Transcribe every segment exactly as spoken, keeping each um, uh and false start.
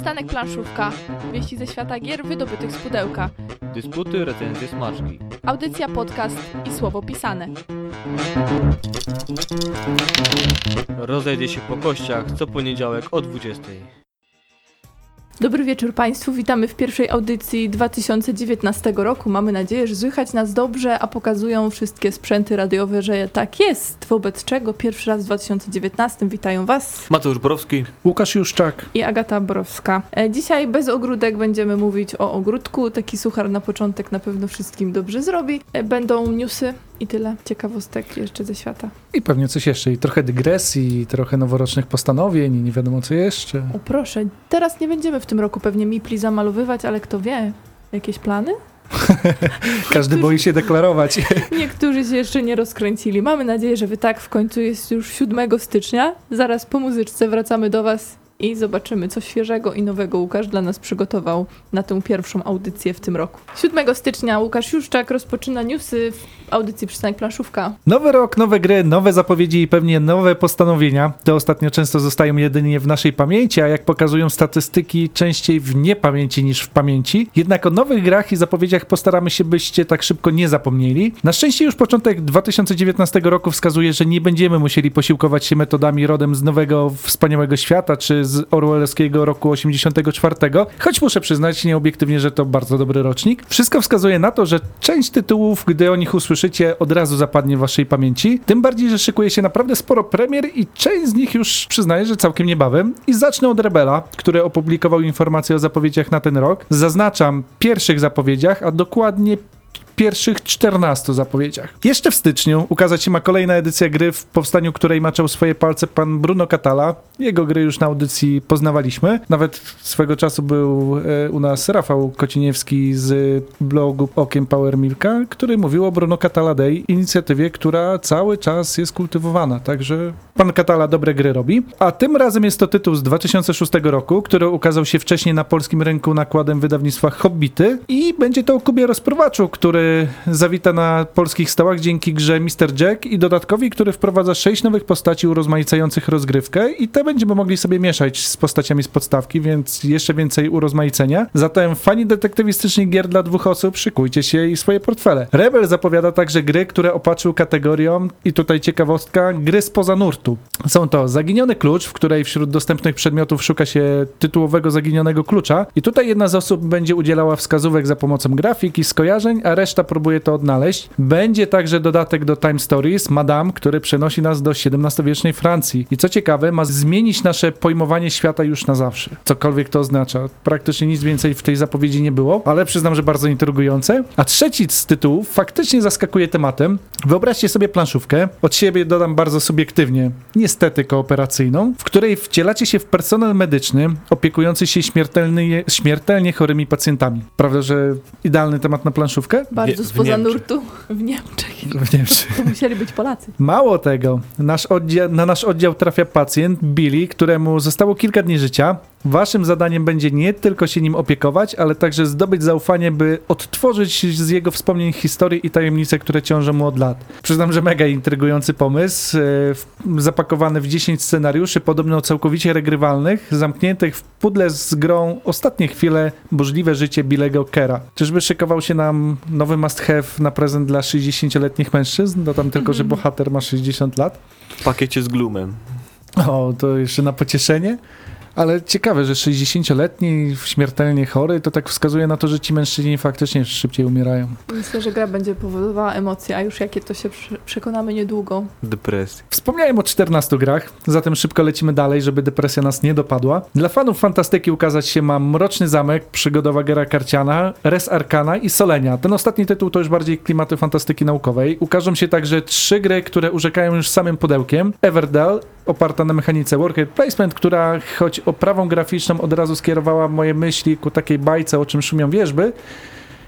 Przystanek Planszówka. Wieści ze świata gier wydobytych z pudełka. Dysputy, recenzje, smaczki. Audycja, podcast i słowo pisane. Rozejdzie się po kościach co poniedziałek o dwudziestej. Dobry wieczór Państwu, witamy w pierwszej audycji dwa tysiące dziewiętnastego roku. Mamy nadzieję, że słychać nas dobrze, a pokazują wszystkie sprzęty radiowe, że tak jest. Wobec czego pierwszy raz w dwa tysiące dziewiętnastym witają Was Mateusz Borowski, Łukasz Juszczak i Agata Borowska. E, Dzisiaj bez ogródek będziemy mówić o ogródku. Taki suchar na początek na pewno wszystkim dobrze zrobi. E, Będą newsy i tyle ciekawostek jeszcze ze świata. i pewnie coś jeszcze. I trochę dygresji, i trochę noworocznych postanowień, i nie wiadomo co jeszcze. O proszę, teraz nie będziemy w tym roku pewnie mipli zamalowywać, ale kto wie, jakieś plany? Każdy boi się deklarować. Niektórzy się jeszcze nie rozkręcili. Mamy nadzieję, że wy tak. W końcu jest już siódmego stycznia. Zaraz po muzyczce wracamy do was i zobaczymy, co świeżego i nowego Łukasz dla nas przygotował na tę pierwszą audycję w tym roku. siódmego stycznia Łukasz Juszczak rozpoczyna newsy w audycji Przystanek Planszówka. Nowy rok, nowe gry, nowe zapowiedzi i pewnie nowe postanowienia. Te ostatnio często zostają jedynie w naszej pamięci, a jak pokazują statystyki, częściej w niepamięci niż w pamięci. Jednak o nowych grach i zapowiedziach postaramy się, byście tak szybko nie zapomnieli. Na szczęście już początek dwa tysiące dziewiętnastego roku wskazuje, że nie będziemy musieli posiłkować się metodami rodem z nowego, wspaniałego świata, czy z orwellowskiego roku osiemdziesiątego czwartego, choć muszę przyznać nieobiektywnie, że to bardzo dobry rocznik. Wszystko wskazuje na to, że część tytułów, gdy o nich usłyszycie, od razu zapadnie w waszej pamięci. Tym bardziej, że szykuje się naprawdę sporo premier i część z nich już przyznaję, że całkiem niebawem. I zacznę od Rebela, który opublikował informacje o zapowiedziach na ten rok. Zaznaczam pierwszych zapowiedziach, a dokładnie pierwszych czternastu zapowiedziach. Jeszcze w styczniu ukazać się ma kolejna edycja gry, w powstaniu której maczał swoje palce pan Bruno Cathala. Jego gry już na audycji poznawaliśmy. Nawet swego czasu był e, u nas Rafał Kociniewski z blogu Okiem Power Milka, który mówił o Bruno Cathala Day, inicjatywie, która cały czas jest kultywowana. Także pan Cathala dobre gry robi. A tym razem jest to tytuł z dwa tysiące szóstego roku, który ukazał się wcześniej na polskim rynku nakładem wydawnictwa Hobbity i będzie to o Kubie Rozprowaczu, który zawita na polskich stołach dzięki grze mister Jack i dodatkowi, który wprowadza sześć nowych postaci urozmaicających rozgrywkę i te będziemy mogli sobie mieszać z postaciami z podstawki, więc jeszcze więcej urozmaicenia. Zatem fani detektywistycznych gier dla dwóch osób, szykujcie się i swoje portfele. Rebel zapowiada także gry, które opatrzył kategorią, i tutaj ciekawostka, gry spoza nurtu. Są to Zaginiony Klucz, w której wśród dostępnych przedmiotów szuka się tytułowego zaginionego klucza i tutaj jedna z osób będzie udzielała wskazówek za pomocą grafiki, skojarzeń, a reszta próbuje to odnaleźć. Będzie także dodatek do Time Stories, Madame, który przenosi nas do siedemnastowiecznej Francji. I co ciekawe, ma zmienić nasze pojmowanie świata już na zawsze. Cokolwiek to oznacza. Praktycznie nic więcej w tej zapowiedzi nie było, ale przyznam, że bardzo intrygujące. A trzeci z tytułów faktycznie zaskakuje tematem. Wyobraźcie sobie planszówkę, od siebie dodam bardzo subiektywnie, niestety kooperacyjną, w której wcielacie się w personel medyczny opiekujący się śmiertelnie, śmiertelnie chorymi pacjentami. Prawda, że idealny temat na planszówkę? Bardzo w spoza Niemczech. nurtu w Niemczech. W Niemczech. To musieli być Polacy. Mało tego, nasz oddział, na nasz oddział trafia pacjent, Billy, któremu zostało kilka dni życia. Waszym zadaniem będzie nie tylko się nim opiekować, ale także zdobyć zaufanie, by odtworzyć z jego wspomnień historię i tajemnice, które ciążą mu od lat. Przyznam, że mega intrygujący pomysł, e, zapakowany w dziesięć scenariuszy, podobno całkowicie regrywalnych, zamkniętych w pudle z grą Ostatnie chwile, burzliwe życie Billego Kera. Czyżby szykował się nam nowy must have na prezent dla sześćdziesięcioletnich mężczyzn? Dodam tylko, że bohater ma sześćdziesiąt lat. w pakiecie z glumem. O, to jeszcze na pocieszenie. Ale ciekawe, że sześćdziesięcioletni, śmiertelnie chory, to tak wskazuje na to, że ci mężczyźni faktycznie szybciej umierają. Myślę, że gra będzie powodowała emocje, a już jakie to się prze- przekonamy niedługo. Depresja. Wspomniałem o czternastu grach, zatem szybko lecimy dalej, żeby depresja nas nie dopadła. Dla fanów fantastyki ukazać się ma Mroczny Zamek, przygodowa gra karciana, Res Arcana i Solenia. Ten ostatni tytuł to już bardziej klimaty fantastyki naukowej. Ukażą się także trzy gry, które urzekają już samym pudełkiem. Everdell, oparta na mechanice worker placement, która choć oprawą graficzną od razu skierowała moje myśli ku takiej bajce, o czym szumią wierzby.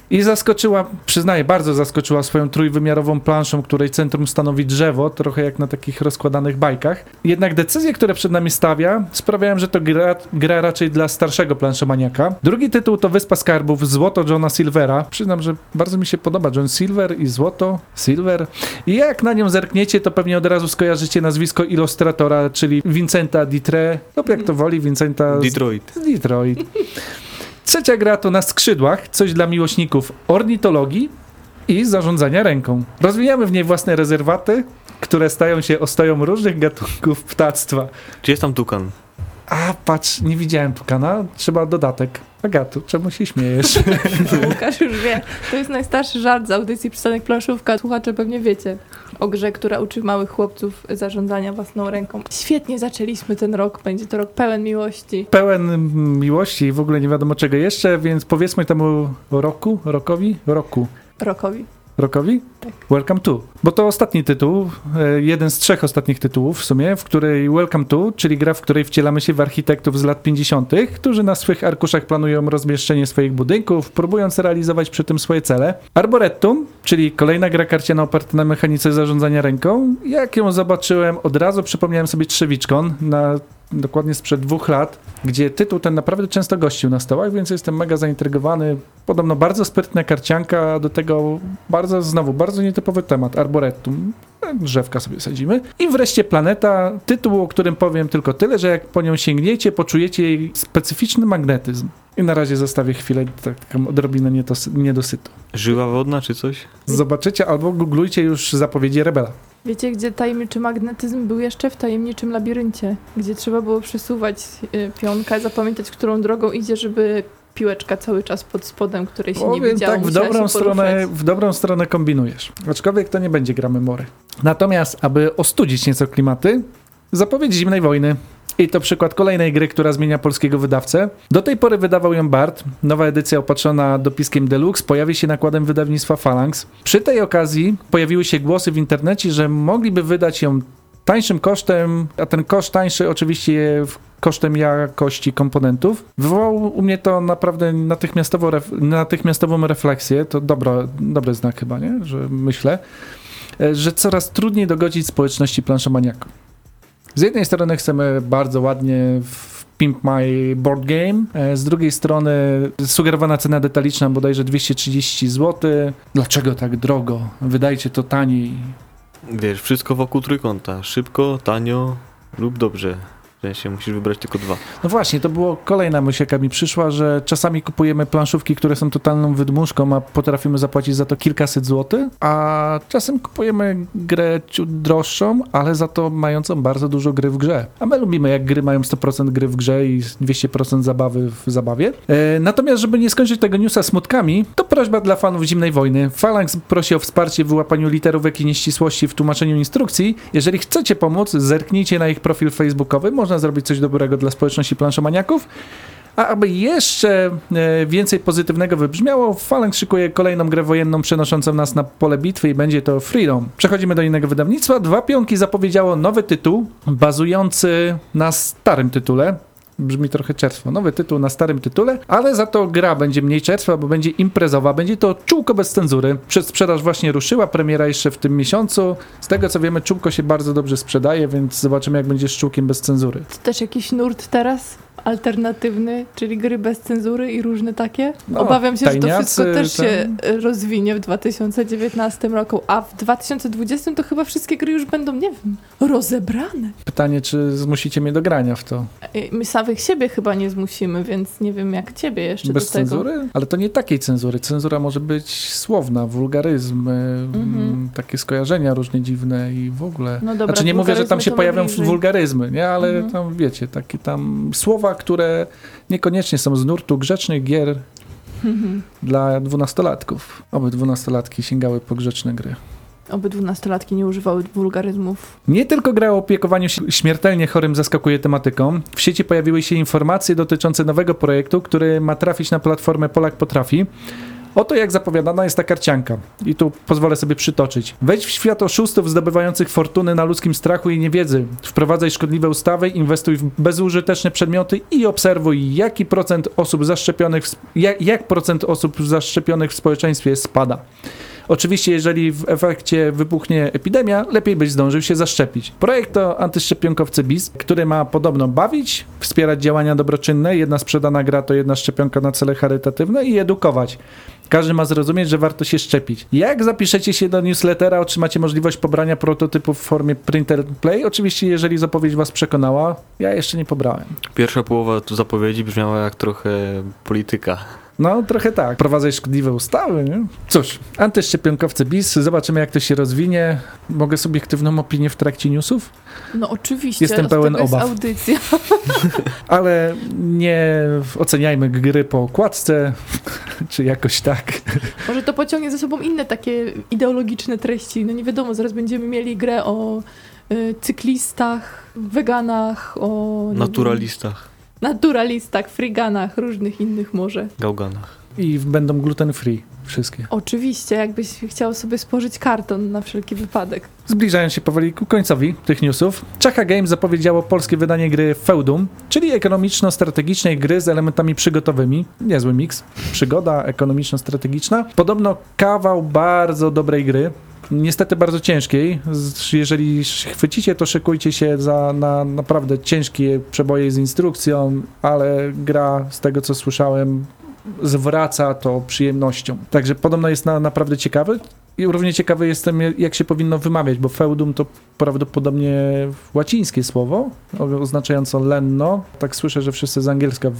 I zaskoczyła, przyznaję, bardzo zaskoczyła swoją trójwymiarową planszą, której centrum stanowi drzewo, trochę jak na takich rozkładanych bajkach. Jednak decyzje, które przed nami stawia, sprawiają, że to gra, gra raczej dla starszego planszomaniaka. Drugi tytuł to Wyspa Skarbów, Złoto Johna Silvera. Przyznam, że bardzo mi się podoba John Silver i Złoto, Silver. I jak na nią zerkniecie, to pewnie od razu skojarzycie nazwisko ilustratora, czyli Vincenta Ditre, lub jak to woli, Vincenta z Detroit. z Detroit. Trzecia gra to Na skrzydłach, coś dla miłośników ornitologii i zarządzania ręką. Rozwijamy w niej własne rezerwaty, które stają się ostoją różnych gatunków ptactwa. Czy jest tam tukan? A, patrz, nie widziałem tukana, trzeba dodatek. Agatu, czemu się śmiejesz? Łukasz już wie. To jest najstarszy żart z audycji Przystanek Planszówka. Słuchacze pewnie wiecie o grze, która uczy małych chłopców zarządzania własną ręką. Świetnie zaczęliśmy ten rok. Będzie to rok pełen miłości. Pełen miłości i w ogóle nie wiadomo czego jeszcze, więc powiedzmy temu roku, rokowi, roku. Rokowi. Rokowi? Tak. Welcome to. Bo to ostatni tytuł, e, jeden z trzech ostatnich tytułów w sumie, w której Welcome to, czyli gra, w której wcielamy się w architektów z lat pięćdziesiątych, którzy na swych arkuszach planują rozmieszczenie swoich budynków, próbując realizować przy tym swoje cele. Arboretum, czyli kolejna gra karciana oparta na mechanice zarządzania ręką. Jak ją zobaczyłem, od razu przypomniałem sobie Trzewiczkon na dokładnie sprzed dwóch lat, gdzie tytuł ten naprawdę często gościł na stołach, więc jestem mega zaintrygowany. Podobno bardzo sprytna karcianka, a do tego bardzo, znowu, bardzo nietypowy temat, arboretum. Drzewka sobie sadzimy. I wreszcie Planeta, tytuł, o którym powiem tylko tyle, że jak po nią sięgniecie, poczujecie jej specyficzny magnetyzm. I na razie zostawię chwilę taką odrobinę niedos- niedosytu. Żyła wodna czy coś? Zobaczycie albo googlujcie już zapowiedzi Rebela. Wiecie, gdzie tajemniczy magnetyzm był jeszcze? W tajemniczym labiryncie, gdzie trzeba było przesuwać y, pionkę, zapamiętać, którą drogą idzie, żeby piłeczka cały czas pod spodem, której się nie Powiem widziało, tak, w musiała dobrą, się stronę, poruszać. w dobrą stronę kombinujesz. Aczkolwiek to nie będzie gra memory. Natomiast, aby ostudzić nieco klimaty, zapowiedź Zimnej Wojny. I to przykład kolejnej gry, która zmienia polskiego wydawcę. Do tej pory wydawał ją Bart. Nowa edycja opatrzona dopiskiem Deluxe pojawi się nakładem wydawnictwa Phalanx. Przy tej okazji pojawiły się głosy w internecie, że mogliby wydać ją tańszym kosztem, a ten koszt tańszy oczywiście kosztem jakości komponentów. Wywołał u mnie to naprawdę natychmiastowo ref- natychmiastową refleksję. To dobro, dobry znak chyba, nie? Że myślę, że coraz trudniej dogodzić społeczności planszomaniaków. Z jednej strony chcemy bardzo ładnie w Pimp My Board Game, z drugiej strony sugerowana cena detaliczna bodajże dwieście trzydzieści złotych. Dlaczego tak drogo? Wydajcie to taniej. Wiesz, wszystko wokół trójkąta. Szybko, tanio lub dobrze. W sensie musisz wybrać tylko dwa. No właśnie, to było kolejna myśl, jaka mi przyszła, że czasami kupujemy planszówki, które są totalną wydmuszką, a potrafimy zapłacić za to kilkaset złotych, a czasem kupujemy grę ciut droższą, ale za to mającą bardzo dużo gry w grze. A my lubimy, jak gry mają sto procent gry w grze i dwieście procent zabawy w zabawie. E, natomiast, żeby nie skończyć tego newsa smutkami, to prośba dla fanów Zimnej Wojny. Phalanx prosi o wsparcie w wyłapaniu literówek i nieścisłości w tłumaczeniu instrukcji. Jeżeli chcecie pomóc, zerknijcie na ich profil facebookowy. Można zrobić coś dobrego dla społeczności planszomaniaków. A aby jeszcze e, więcej pozytywnego wybrzmiało, Phalanx szykuje kolejną grę wojenną przenoszącą nas na pole bitwy i będzie to Freedom. Przechodzimy do innego wydawnictwa. Dwa Pionki zapowiedziało nowy tytuł bazujący na starym tytule. Brzmi trochę czerstwo. Nowy tytuł na starym tytule, ale za to gra będzie mniej czerstwa, bo będzie imprezowa. Będzie to Czółko bez cenzury. Przedsprzedaż właśnie ruszyła, premiera jeszcze w tym miesiącu. Z tego co wiemy, Czółko się bardzo dobrze sprzedaje, więc zobaczymy, jak będzie z Czółkiem bez cenzury. To też jakiś nurt teraz alternatywny, czyli gry bez cenzury i różne takie. No, Obawiam się, że to tajniacy, wszystko też tam. się rozwinie w dwa tysiące dziewiętnastym roku, a w dwa tysiące dwudziestym to chyba wszystkie gry już będą, nie wiem, rozebrane. Pytanie, czy zmusicie mnie do grania w to? My samych siebie chyba nie zmusimy, więc nie wiem jak ciebie jeszcze Bez do tego. cenzury? Ale to nie takiej cenzury. Cenzura może być słowna, wulgaryzm, Mhm. takie skojarzenia różnie dziwne i w ogóle. No dobra, Znaczy nie mówię, że tam wulgaryzmy się to pojawią bliżej. wulgaryzmy, nie? Ale Mhm. tam wiecie, takie tam słowa, które niekoniecznie są z nurtu grzecznych gier Mhm. dla dwunastolatków. Oby dwunastolatki sięgały po grzeczne gry. Oby dwunastolatki nie używały wulgaryzmów. Nie tylko gra o opiekowaniu się śmiertelnie chorym zaskakuje tematyką. W sieci pojawiły się informacje dotyczące nowego projektu, który ma trafić na platformę Polak Potrafi. Oto jak zapowiadana jest ta karcianka. I tu pozwolę sobie przytoczyć. Wejdź w świat oszustów zdobywających fortuny na ludzkim strachu i niewiedzy. Wprowadzaj szkodliwe ustawy, inwestuj w bezużyteczne przedmioty i obserwuj, jaki procent osób zaszczepionych, w, jak, jak procent osób zaszczepionych w społeczeństwie spada. Oczywiście, jeżeli w efekcie wybuchnie epidemia, lepiej byś zdążył się zaszczepić. Projekt to antyszczepionkowcy B I S, który ma podobno bawić, wspierać działania dobroczynne, jedna sprzedana gra to jedna szczepionka na cele charytatywne i edukować. Każdy ma zrozumieć, że warto się szczepić. Jak zapiszecie się do newslettera, otrzymacie możliwość pobrania prototypów w formie print and play. Oczywiście, jeżeli zapowiedź was przekonała, ja jeszcze nie pobrałem. Pierwsza połowa tu zapowiedzi brzmiała jak trochę polityka. No, trochę tak. Prowadzaj szkodliwe ustawy, nie? Cóż, antyszczepionkowcy B I S, zobaczymy jak to się rozwinie. Mogę subiektywną opinię w trakcie newsów? No oczywiście, Jestem od pełen tego jest obaw. audycja. Ale nie oceniajmy gry po okładce, czy jakoś tak. Może to pociągnie za sobą inne takie ideologiczne treści. No nie wiadomo, zaraz będziemy mieli grę o y, cyklistach, weganach, o... nie wiem, Naturalistach, naturalistach, friganach, różnych innych może. gałganach. I będą gluten free wszystkie. Oczywiście, jakbyś chciał sobie spożyć karton na wszelki wypadek. Zbliżając się powoli ku końcowi tych newsów, Czacha Games zapowiedziało polskie wydanie gry Feudum, czyli ekonomiczno-strategicznej gry z elementami przygotowymi. Niezły miks. Przygoda ekonomiczno-strategiczna. Podobno kawał bardzo dobrej gry. Niestety bardzo ciężkiej. Z- Jeżeli chwycicie, to szykujcie się za na naprawdę ciężkie przeboje z instrukcją, ale gra, z tego co słyszałem, zwraca to przyjemnością. Także podobno jest na, naprawdę ciekawy. I równie ciekawy jestem, jak się powinno wymawiać, bo feudum to prawdopodobnie łacińskie słowo, o- oznaczające lenno. Tak słyszę, że wszyscy z angielska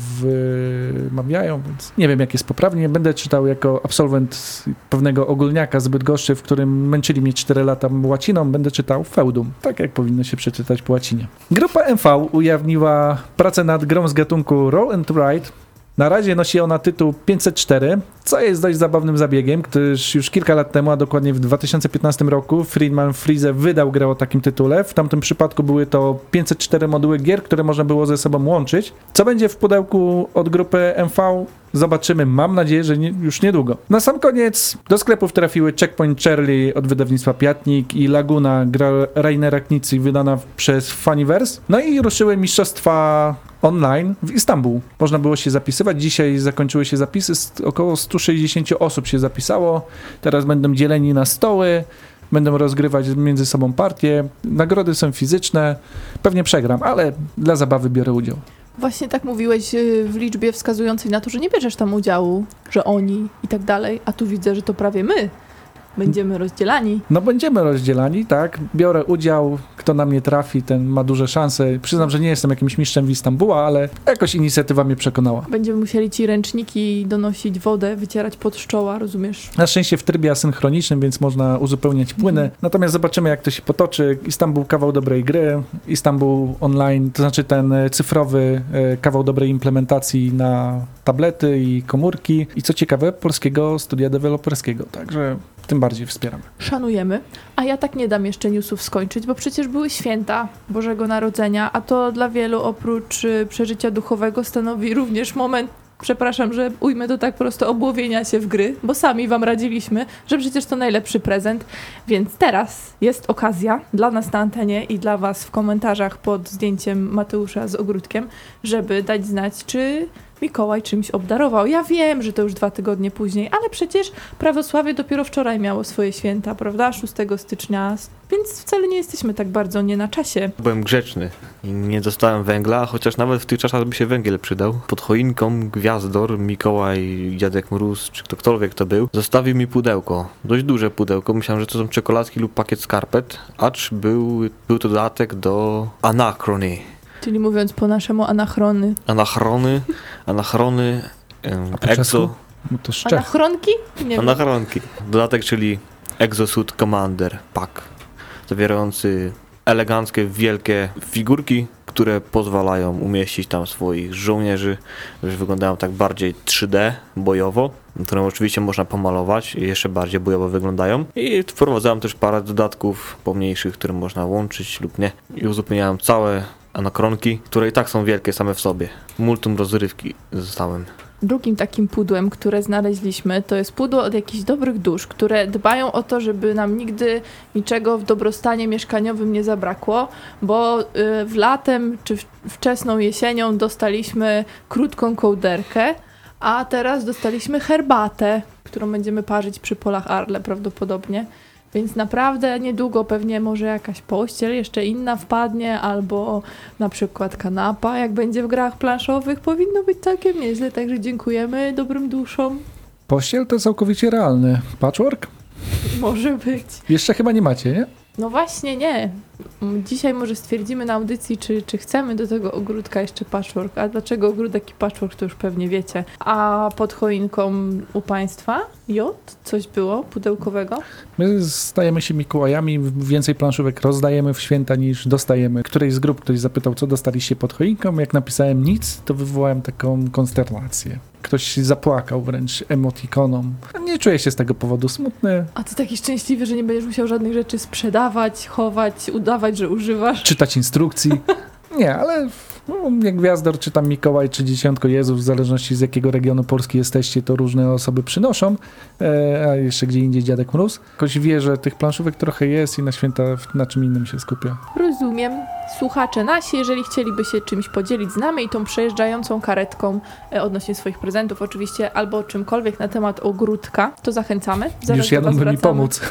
wymawiają, więc nie wiem, jak jest poprawnie. Będę czytał jako absolwent pewnego ogólniaka z Bydgoszczy, w którym męczyli mnie cztery lata łaciną, będę czytał feudum, tak jak powinno się przeczytać po łacinie. Grupa M V ujawniła pracę nad grą z gatunku Roll and Ride. Na razie nosi ona tytuł pięćset cztery, co jest dość zabawnym zabiegiem, gdyż już kilka lat temu, a dokładnie w dwa tysiące piętnastym roku, Friedman Freeze wydał grę o takim tytule. W tamtym przypadku były to pięćset cztery moduły gier, które można było ze sobą łączyć. Co będzie w pudełku od grupy M V? Zobaczymy, mam nadzieję, że nie, już niedługo. Na sam koniec do sklepów trafiły Checkpoint Charlie od wydawnictwa Piatnik i Laguna, gra Rainera Knizzi wydana przez Funiverse. No i ruszyły mistrzostwa online w Istanbul. Można było się zapisywać. Dzisiaj zakończyły się zapisy. St- Około sto sześćdziesiąt osób się zapisało. Teraz będą dzieleni na stoły. Będą rozgrywać między sobą partie. Nagrody są fizyczne. Pewnie przegram, ale dla zabawy biorę udział. Właśnie tak mówiłeś y, w liczbie wskazującej na to, że nie bierzesz tam udziału, że oni i tak dalej, a tu widzę, że to prawie my będziemy rozdzielani. No będziemy rozdzielani, tak. Biorę udział. Kto na mnie trafi, ten ma duże szanse. Przyznam, że nie jestem jakimś mistrzem w Istambuła, ale jakoś inicjatywa mnie przekonała. Będziemy musieli ci ręczniki donosić wodę, wycierać pod szczoła, rozumiesz? Na szczęście w trybie asynchronicznym, więc można uzupełniać płyny. Mhm. Natomiast zobaczymy, jak to się potoczy. Istanbul kawał dobrej gry, Istanbul online, to znaczy ten e, cyfrowy e, kawał dobrej implementacji na tablety i komórki. I co ciekawe, polskiego studia deweloperskiego. Także tym bardziej wspieramy. Szanujemy. A ja tak nie dam jeszcze newsów skończyć, bo przecież były święta Bożego Narodzenia, a to dla wielu oprócz y, przeżycia duchowego stanowi również moment, przepraszam, że ujmę to tak prosto, obłowienia się w gry, bo sami wam radziliśmy, że przecież to najlepszy prezent. Więc teraz jest okazja dla nas na antenie i dla was w komentarzach pod zdjęciem Mateusza z ogródkiem, żeby dać znać, czy Mikołaj czymś obdarował. Ja wiem, że to już dwa tygodnie później, ale przecież prawosławie dopiero wczoraj miało swoje święta, prawda? szóstego stycznia, więc wcale nie jesteśmy tak bardzo nie na czasie. Byłem grzeczny i nie dostałem węgla, chociaż nawet w tych czasach by się węgiel przydał. Pod choinką Gwiazdor, Mikołaj, Dziadek Mróz, czy ktokolwiek to był, zostawił mi pudełko. Dość duże pudełko. Myślałem, że to są czekoladki lub pakiet skarpet, acz był, był to dodatek do Anachrony. Czyli mówiąc po naszemu anachrony. Anachrony, anachrony, em, po czesku? exo, No to z Czech. Anachronki? Nie wiem. anachronki. Dodatek, czyli Exosuit Commander Pack, zawierający eleganckie, wielkie figurki, które pozwalają umieścić tam swoich żołnierzy, którzy wyglądają tak bardziej trzy D, bojowo, które oczywiście można pomalować i jeszcze bardziej bojowo wyglądają. I wprowadzałem też parę dodatków pomniejszych, które można łączyć lub nie. I uzupełniałem całe anachronki, które i tak są wielkie same w sobie. Multum rozrywki zostałem. Drugim takim pudłem, które znaleźliśmy, to jest pudło od jakichś dobrych dusz, które dbają o to, żeby nam nigdy niczego w dobrostanie mieszkaniowym nie zabrakło, bo y, w latem czy w, wczesną jesienią dostaliśmy krótką kołderkę, a teraz dostaliśmy herbatę, którą będziemy parzyć przy polach Arle prawdopodobnie. Więc naprawdę niedługo pewnie może jakaś pościel jeszcze inna wpadnie, albo na przykład kanapa, jak będzie w grach planszowych, powinno być całkiem nieźle, także dziękujemy dobrym duszom. Pościel to całkowicie realny. Patchwork? Może być. Jeszcze chyba nie macie, nie? No właśnie nie. Dzisiaj może stwierdzimy na audycji, czy, czy chcemy do tego ogródka jeszcze patchwork. A dlaczego ogródek i patchwork, to już pewnie wiecie. A pod choinką u państwa J? Coś było pudełkowego? My stajemy się Mikołajami, więcej planszówek rozdajemy w święta niż dostajemy. Którejś z grup ktoś zapytał, co dostaliście pod choinką. Jak napisałem nic, to wywołałem taką konsternację. Ktoś zapłakał wręcz emotikoną. Nie czuję się z tego powodu smutny. A ty taki szczęśliwy, że nie będziesz musiał żadnych rzeczy sprzedawać, chować, udawać, że używasz. Czytać instrukcji. Nie, ale no, jak Gwiazdor, czy tam Mikołaj, czy Dziesiątko Jezus, w zależności z jakiego regionu Polski jesteście, to różne osoby przynoszą, e, a jeszcze gdzie indziej Dziadek Mróz. Jakoś wie, że tych planszówek trochę jest i na święta na czym innym się skupia. Rozumiem. Słuchacze nasi, jeżeli chcieliby się czymś podzielić z nami i tą przejeżdżającą karetką e, odnośnie swoich prezentów oczywiście, albo czymkolwiek na temat ogródka, to zachęcamy. Zaraz Już do jadą, was by mi wracamy. pomóc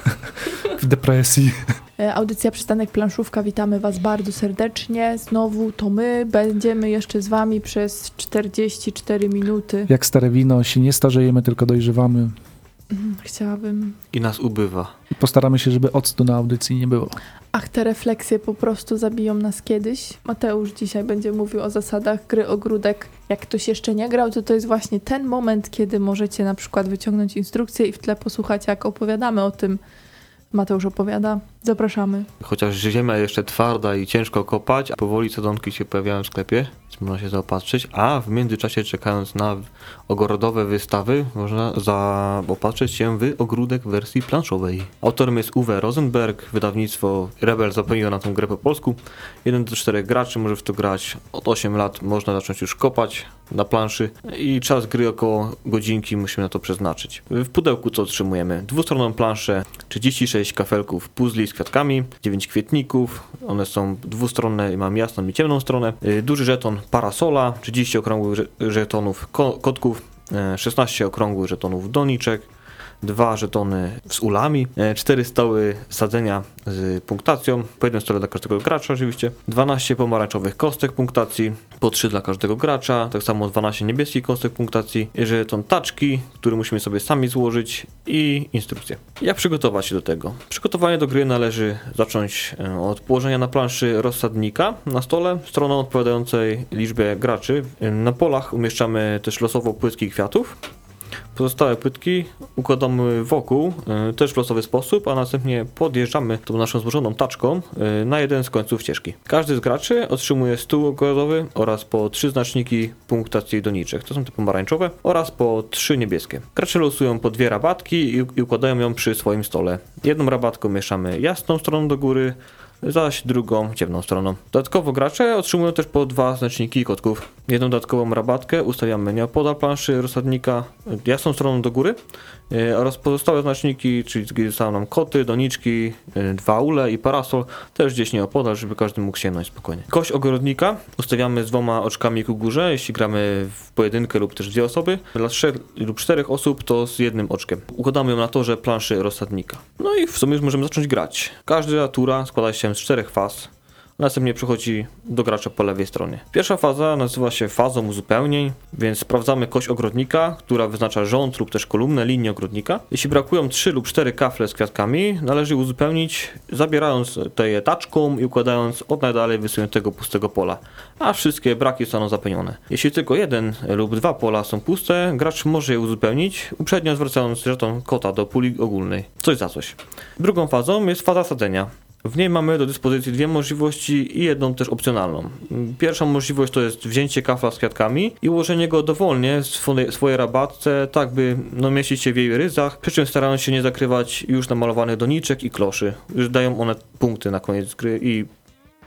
w depresji. E, Audycja Przystanek Planszówka, witamy was bardzo serdecznie. Znowu to my, będziemy jeszcze z wami przez czterdzieści cztery minuty. Jak stare wino, się nie starzejemy, tylko dojrzewamy. Mm, Chciałabym... I nas ubywa. I postaramy się, żeby octu na audycji nie było. Ach, te refleksje po prostu zabiją nas kiedyś. Mateusz dzisiaj będzie mówił o zasadach gry Ogródek. Jak ktoś jeszcze nie grał, to to jest właśnie ten moment, kiedy możecie na przykład wyciągnąć instrukcję i w tle posłuchać, jak opowiadamy o tym. Mateusz opowiada. Zapraszamy. Chociaż ziemia jeszcze twarda i ciężko kopać, a powoli sadzonki się pojawiają w sklepie, więc można się zaopatrzyć, a w międzyczasie czekając na ogorodowe wystawy, można zaopatrzyć się w ogródek w wersji planszowej. Autorem jest Uwe Rosenberg, wydawnictwo Rebel zapewniło na tą grę po polsku. jeden do czterech graczy może w to grać, od osiem lat można zacząć już kopać na planszy i czas gry około godzinki musimy na to przeznaczyć. W pudełku co otrzymujemy? Dwustronną planszę, trzydzieści sześć kafelków puzli z kwiatkami, dziewięć kwietników, one są dwustronne i mam jasną i ciemną stronę, duży żeton parasola, trzydzieści okrągłych żetonów ko- kotków, szesnaście okrągłych żetonów doniczek, dwa żetony z ulami, cztery stoły sadzenia z punktacją, po jednym stole dla każdego gracza oczywiście, dwanaście pomarańczowych kostek punktacji, po trzy dla każdego gracza, tak samo dwanaście niebieskich kostek punktacji, żeton taczki, które musimy sobie sami złożyć i instrukcje. Jak przygotować się do tego? Przygotowanie do gry należy zacząć od położenia na planszy rozsadnika na stole, stroną odpowiadającej liczbie graczy. Na polach umieszczamy też losowo płytki kwiatów. Pozostałe płytki układamy wokół, y, też w losowy sposób, a następnie podjeżdżamy tą naszą złożoną taczką y, na jeden z końców ścieżki. Każdy z graczy otrzymuje stół ogorodowy oraz po trzy znaczniki punktacji doniczek, to są te pomarańczowe, oraz po trzy niebieskie. Gracze losują po dwie rabatki i, i układają ją przy swoim stole. Jedną rabatką mieszamy jasną stroną do góry, zaś drugą ciemną stroną. Dodatkowo gracze otrzymują też po dwa znaczniki kotków. Jedną dodatkową rabatkę ustawiamy nieopodal planszy rozsadnika jasną stroną do góry yy, oraz pozostałe znaczniki, czyli zostały nam koty, doniczki, yy, dwa ule i parasol, też gdzieś nieopodal, żeby każdy mógł sięgnąć spokojnie. Kość ogrodnika ustawiamy z dwoma oczkami ku górze, jeśli gramy w pojedynkę lub też dwie osoby. Dla trzech lub czterech osób to z jednym oczkiem. Układamy ją na torze planszy rozsadnika. No i w sumie już możemy zacząć grać. Każda tura składa się z czterech faz. Następnie przechodzi do gracza po lewej stronie. Pierwsza faza nazywa się fazą uzupełnień, więc sprawdzamy kość ogrodnika, która wyznacza rząd lub też kolumnę linii ogrodnika. Jeśli brakują trzy lub cztery kafle z kwiatkami, należy uzupełnić, zabierając te taczką i układając od najdalej wysuniętego pustego pola, a wszystkie braki zostaną zapełnione. Jeśli tylko jeden lub dwa pola są puste, gracz może je uzupełnić, uprzednio zwracając żeton kota do puli ogólnej. Coś za coś. Drugą fazą jest faza sadzenia. W niej mamy do dyspozycji dwie możliwości i jedną też opcjonalną. Pierwsza możliwość to jest wzięcie kafla z kwiatkami i ułożenie go dowolnie w swojej, swojej rabatce, tak by no, mieścić się w jej ryzach, przy czym starając się nie zakrywać już namalowanych doniczek i kloszy, już dają one punkty na koniec gry i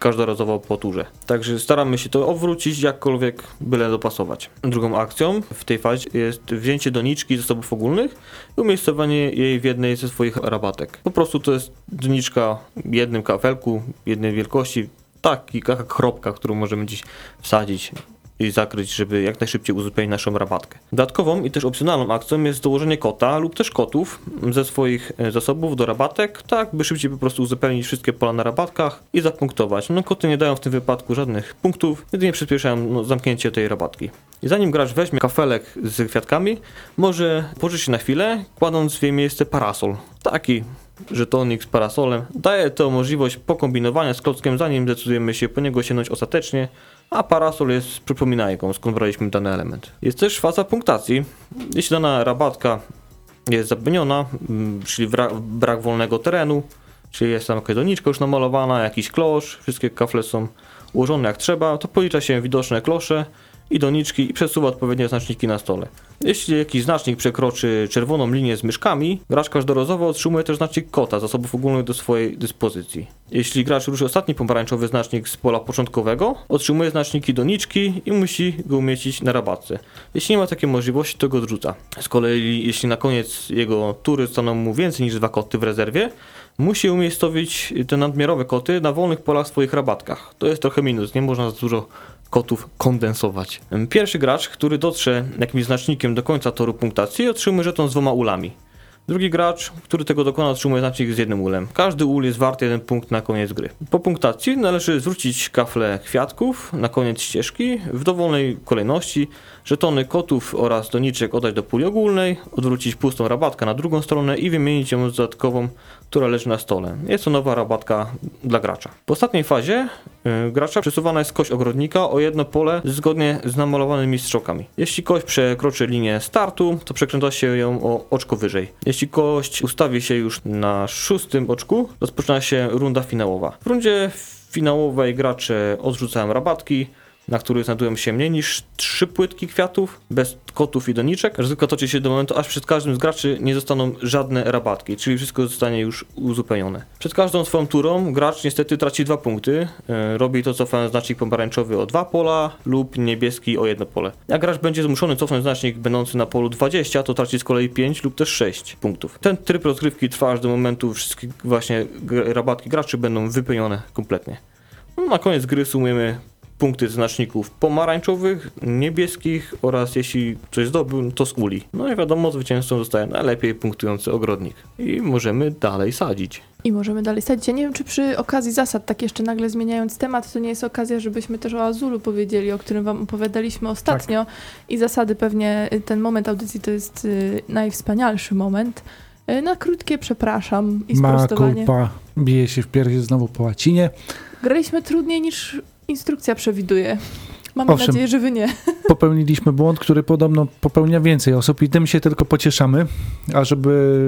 każdorazowo po turze. Także staramy się to odwrócić, jakkolwiek byle dopasować. Drugą akcją w tej fazie jest wzięcie doniczki z zasobów ogólnych i umiejscowanie jej w jednej ze swoich rabatek. Po prostu to jest doniczka w jednym kafelku, jednej wielkości, taki, taka kropka, którą możemy gdzieś wsadzić i zakryć, żeby jak najszybciej uzupełnić naszą rabatkę. Dodatkową i też opcjonalną akcją jest dołożenie kota lub też kotów ze swoich zasobów do rabatek, tak by szybciej po prostu uzupełnić wszystkie pola na rabatkach i zapunktować. No koty nie dają w tym wypadku żadnych punktów, jedynie przyspieszają no, zamknięcie tej rabatki. I zanim gracz weźmie kafelek z kwiatkami, może położyć się na chwilę, kładąc w jej miejsce parasol. Taki żetonik z parasolem daje to możliwość pokombinowania z klockiem, zanim decydujemy się po niego sięgnąć ostatecznie, a parasol jest przypominajką, skąd braliśmy dany element. Jest też faza punktacji. Jeśli dana rabatka jest zapełniona, czyli brak wolnego terenu, czyli jest tam jakaś doniczka już namalowana, jakiś klosz, wszystkie kafle są ułożone jak trzeba, to policza się widoczne klosze i doniczki i przesuwa odpowiednie znaczniki na stole. Jeśli jakiś znacznik przekroczy czerwoną linię z myszkami, gracz każdorazowo otrzymuje też znacznik kota zasobów ogólnych do swojej dyspozycji. Jeśli gracz ruszy ostatni pomarańczowy znacznik z pola początkowego, otrzymuje znaczniki doniczki i musi go umieścić na rabatce. Jeśli nie ma takiej możliwości, to go odrzuca. Z kolei jeśli na koniec jego tury staną mu więcej niż dwa koty w rezerwie, musi umiejscowić te nadmiarowe koty na wolnych polach w swoich rabatkach. To jest trochę minus, nie można za dużo kotów kondensować. Pierwszy gracz, który dotrze jakimś znacznikiem do końca toru punktacji, otrzymuje żeton z dwoma ulami. Drugi gracz, który tego dokona, otrzymuje znacznik z jednym ulem. Każdy ul jest wart jeden punkt na koniec gry. Po punktacji należy zwrócić kafle kwiatków na koniec ścieżki w dowolnej kolejności, żetony kotów oraz doniczek oddać do puli ogólnej, odwrócić pustą rabatkę na drugą stronę i wymienić ją z dodatkową, która leży na stole. Jest to nowa rabatka dla gracza. W ostatniej fazie yy, gracza przesuwana jest kość ogrodnika o jedno pole zgodnie z namalowanymi strzałkami. Jeśli kość przekroczy linię startu, to przekręca się ją o oczko wyżej. Jeśli kość ustawi się już na szóstym oczku, rozpoczyna się runda finałowa. W rundzie finałowej gracze odrzucają rabatki, na których znajdują się mniej niż trzy płytki kwiatów, bez kotów i doniczek. Rozgrywka toczy się do momentu, aż przed każdym z graczy nie zostaną żadne rabatki, czyli wszystko zostanie już uzupełnione. Przed każdą swoją turą gracz niestety traci dwa punkty. Yy, robi to cofając znacznik pomarańczowy o dwa pola lub niebieski o jedno pole. Jak gracz będzie zmuszony cofnąć znacznik będący na polu dwadzieścia, to traci z kolei pięć lub też sześć punktów. Ten tryb rozgrywki trwa aż do momentu, wszystkie właśnie rabatki graczy będą wypełnione kompletnie. No, na koniec gry sumujemy punkty z znaczników pomarańczowych, niebieskich oraz jeśli coś zdobył, to z uli. No i wiadomo, zwycięzcą zostaje najlepiej punktujący ogrodnik. I możemy dalej sadzić. I możemy dalej sadzić. Ja nie wiem, czy przy okazji zasad, tak jeszcze nagle zmieniając temat, to nie jest okazja, żebyśmy też o Azulu powiedzieli, o którym wam opowiadaliśmy ostatnio. Tak. I zasady pewnie, ten moment audycji to jest y, najwspanialszy moment. Y, na krótkie przepraszam i sprostowanie. Ma culpa, bije się w piersi znowu po łacinie. Graliśmy trudniej niż instrukcja przewiduje. Mamy Owszem, nadzieję, że wy nie. Popełniliśmy błąd, który podobno popełnia więcej osób i tym się tylko pocieszamy, a żeby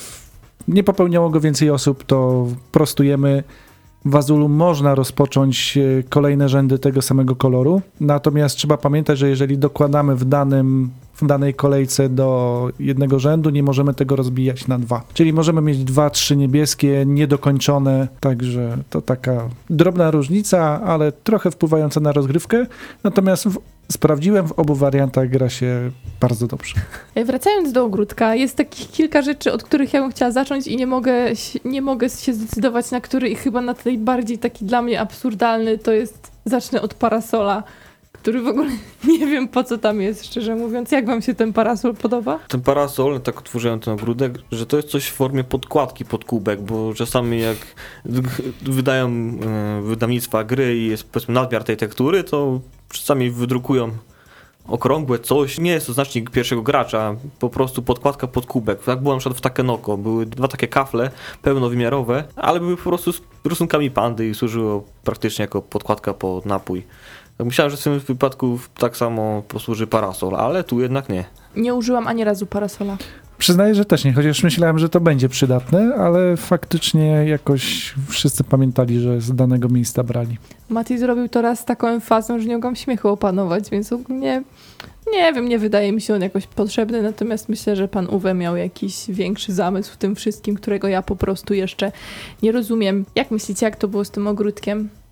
nie popełniało go więcej osób, to prostujemy. W Azulu można rozpocząć kolejne rzędy tego samego koloru, natomiast trzeba pamiętać, że jeżeli dokładamy w danym w danej kolejce do jednego rzędu, nie możemy tego rozbijać na dwa. Czyli możemy mieć dwa, trzy niebieskie, niedokończone, także to taka drobna różnica, ale trochę wpływająca na rozgrywkę, natomiast w, sprawdziłem, w obu wariantach gra się bardzo dobrze. Wracając do ogródka, jest takich kilka rzeczy, od których ja bym chciała zacząć i nie mogę, nie mogę się zdecydować na który i chyba na najbardziej taki dla mnie absurdalny to jest, zacznę od parasola, który w ogóle nie wiem po co tam jest, szczerze mówiąc. Jak wam się ten parasol podoba? Ten parasol, tak otworzyłem ten ogródek, że to jest coś w formie podkładki pod kubek, bo czasami jak wydają e, wydawnictwa gry i jest powiedzmy nadmiar tej tektury, to czasami wydrukują okrągłe coś. Nie jest to znacznik pierwszego gracza, po prostu podkładka pod kubek. Tak było na przykład w Takenoko. Były dwa takie kafle pełnowymiarowe, ale były po prostu z rysunkami pandy i służyło praktycznie jako podkładka pod napój. Myślałem, że w tym wypadku tak samo posłuży parasol, ale tu jednak nie. Nie użyłam ani razu parasola. Przyznaję, że też nie, chociaż myślałem, że to będzie przydatne, ale faktycznie jakoś wszyscy pamiętali, że z danego miejsca brali. Mati zrobił to raz z taką emfazą, że nie mogłam śmiechu opanować, więc ogólnie nie wiem, nie wydaje mi się on jakoś potrzebny, natomiast myślę, że pan Uwe miał jakiś większy zamysł w tym wszystkim, którego ja po prostu jeszcze nie rozumiem. Jak myślicie, jak to było z tym ogródkiem?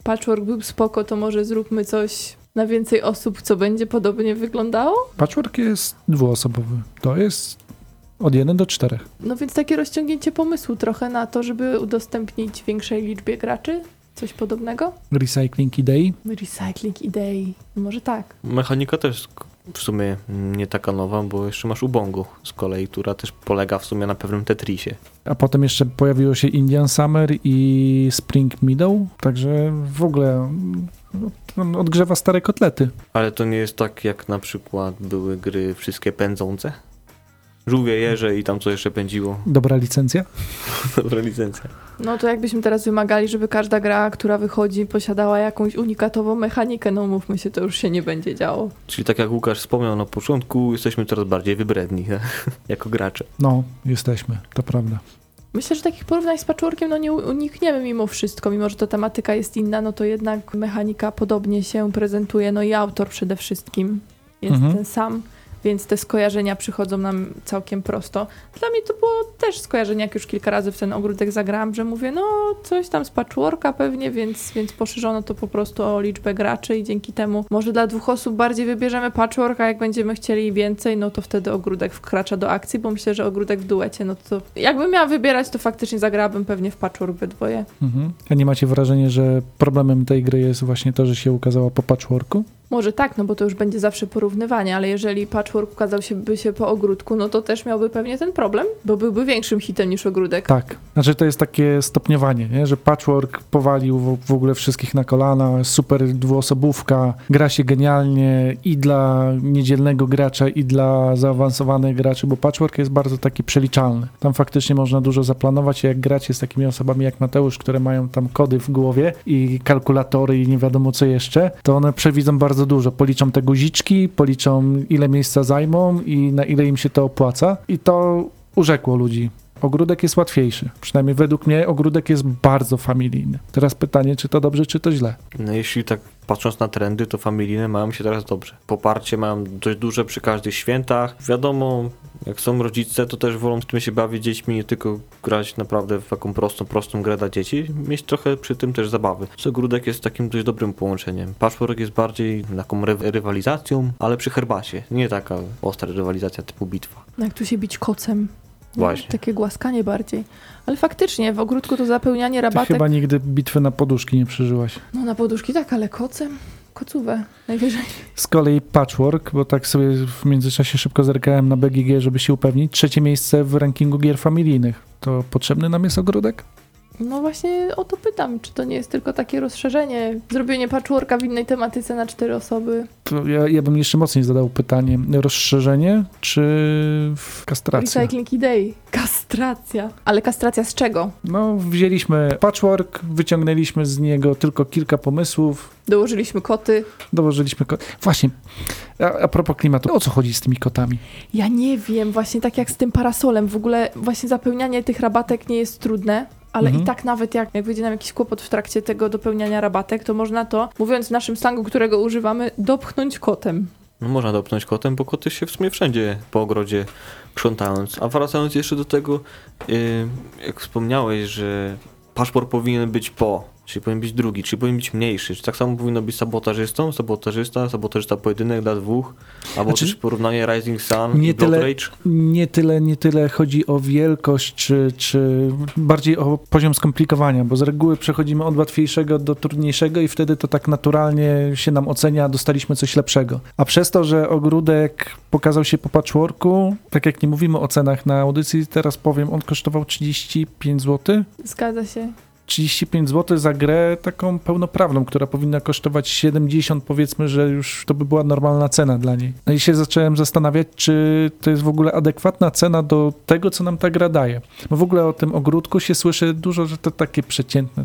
patchwork był spoko, to może zróbmy coś na więcej osób, co będzie podobnie wyglądało? Patchwork jest dwuosobowy. To jest od jeden do czterech. No więc takie rozciągnięcie pomysłu trochę na to, żeby udostępnić większej liczbie graczy? Coś podobnego? Recycling idei. Recycling idei. Może tak. Mechanika też w sumie nie taka nowa, bo jeszcze masz Ubongo z kolei, która też polega w sumie na pewnym Tetrisie. A potem jeszcze pojawiło się Indian Summer i Spring Meadow, także w ogóle no, tam odgrzewa stare kotlety. Ale to nie jest tak, jak na przykład były gry wszystkie pędzące? Żółwie, jeże i tam co jeszcze pędziło. Dobra licencja? Dobra licencja. No to jakbyśmy teraz wymagali, żeby każda gra, która wychodzi, posiadała jakąś unikatową mechanikę, no mówmy się, to już się nie będzie działo. Czyli tak jak Łukasz wspomniał na początku, jesteśmy coraz bardziej wybredni jako gracze. No, jesteśmy, to prawda. Myślę, że takich porównań z patchworkiem no nie unikniemy mimo wszystko, mimo że ta tematyka jest inna, no to jednak mechanika podobnie się prezentuje, no i autor przede wszystkim jest Mhm. ten sam, więc te skojarzenia przychodzą nam całkiem prosto. Dla mnie to było też skojarzenie, jak już kilka razy w ten ogródek zagrałam, że mówię, no coś tam z patchworka pewnie, więc, więc poszerzono to po prostu o liczbę graczy i dzięki temu może dla dwóch osób bardziej wybierzemy patchwork, a jak będziemy chcieli więcej, no to wtedy ogródek wkracza do akcji, bo myślę, że ogródek w duecie, no to jakbym miała wybierać, to faktycznie zagrałabym pewnie w patchwork we dwoje. Mhm. A nie macie wrażenia, że problemem tej gry jest właśnie to, że się ukazała po patchworku? Może tak, no bo to już będzie zawsze porównywanie, ale jeżeli patchwork ukazał się, by się po ogródku, no to też miałby pewnie ten problem, bo byłby większym hitem niż ogródek. Tak. Znaczy to jest takie stopniowanie, nie? Że patchwork powalił w, w ogóle wszystkich na kolana, super dwuosobówka, gra się genialnie i dla niedzielnego gracza, i dla zaawansowanych graczy, bo patchwork jest bardzo taki przeliczalny. Tam faktycznie można dużo zaplanować, jak gracie z takimi osobami jak Mateusz, które mają tam kody w głowie i kalkulatory i nie wiadomo co jeszcze, to one przewidzą bardzo dużo. Policzą te guziczki, policzą ile miejsca zajmą i na ile im się to opłaca i to urzekło ludzi. Ogródek jest łatwiejszy. Przynajmniej według mnie ogródek jest bardzo familijny. Teraz pytanie, czy to dobrze, czy to źle? No jeśli tak patrząc na trendy, to familijne mają się teraz dobrze. Poparcie mają dość duże przy każdych świętach. Wiadomo, jak są rodzice, to też wolą z tym się bawić dziećmi, nie tylko grać naprawdę w taką prostą, prostą grę dla dzieci, mieć trochę przy tym też zabawy. Co ogródek jest takim dość dobrym połączeniem. Patchwork jest bardziej taką ry- rywalizacją, ale przy herbacie. Nie taka ostra rywalizacja typu bitwa. No jak tu się bić kocem. Właśnie. Takie głaskanie bardziej. Ale faktycznie w ogródku to zapełnianie Ty rabatek. chyba nigdy bitwy na poduszki nie przeżyłaś. No na poduszki tak, ale kocem? Kocówę najwyżej. Z kolei patchwork, bo tak sobie w międzyczasie szybko zerkałem na B G G, żeby się upewnić. Trzecie miejsce w rankingu gier familijnych. To potrzebny nam jest ogródek? No właśnie o to pytam, czy to nie jest tylko takie rozszerzenie, zrobienie patchworka w innej tematyce na cztery osoby. To ja, ja bym jeszcze mocniej zadał pytanie. Rozszerzenie czy kastracja? Recycling idei. Kastracja. Ale kastracja z czego? No, wzięliśmy patchwork, wyciągnęliśmy z niego tylko kilka pomysłów, Dołożyliśmy koty. dołożyliśmy... Ko- Właśnie, a, a propos klimatu, o co chodzi z tymi kotami? Ja nie wiem, właśnie tak jak z tym parasolem, w ogóle właśnie zapełnianie tych rabatek nie jest trudne, ale Mhm. i tak nawet jak, jak wyjdzie nam jakiś kłopot w trakcie tego dopełniania rabatek, to można to, mówiąc w naszym slangu, którego używamy, dopchnąć kotem. No można dopnąć kotem, bo koty się w sumie wszędzie po ogrodzie krzątając. A wracając jeszcze do tego, yy, jak wspomniałeś, że paszport powinien być po, czyli powinien być drugi, czyli powinien być mniejszy. Czy tak samo powinno być sabotażystą, sabotażysta, sabotażysta pojedynek dla dwóch, albo Znaczy, też porównanie Rising Sun nie i Blood tyle- Rage. Nie tyle, nie tyle chodzi o wielkość, czy, czy bardziej o poziom skomplikowania, bo z reguły przechodzimy od łatwiejszego do trudniejszego i wtedy to tak naturalnie się nam ocenia, dostaliśmy coś lepszego. A przez to, że ogródek pokazał się po patchworku, tak jak nie mówimy o cenach na audycji, teraz powiem, on kosztował trzydzieści pięć złotych. Zgadza się. trzydzieści pięć złotych za grę taką pełnoprawną, która powinna kosztować siedemdziesiąt, powiedzmy, że już to by była normalna cena dla niej. No i się zacząłem zastanawiać, czy to jest w ogóle adekwatna cena do tego, co nam ta gra daje. Bo w ogóle o tym ogródku się słyszy dużo, że to takie przeciętne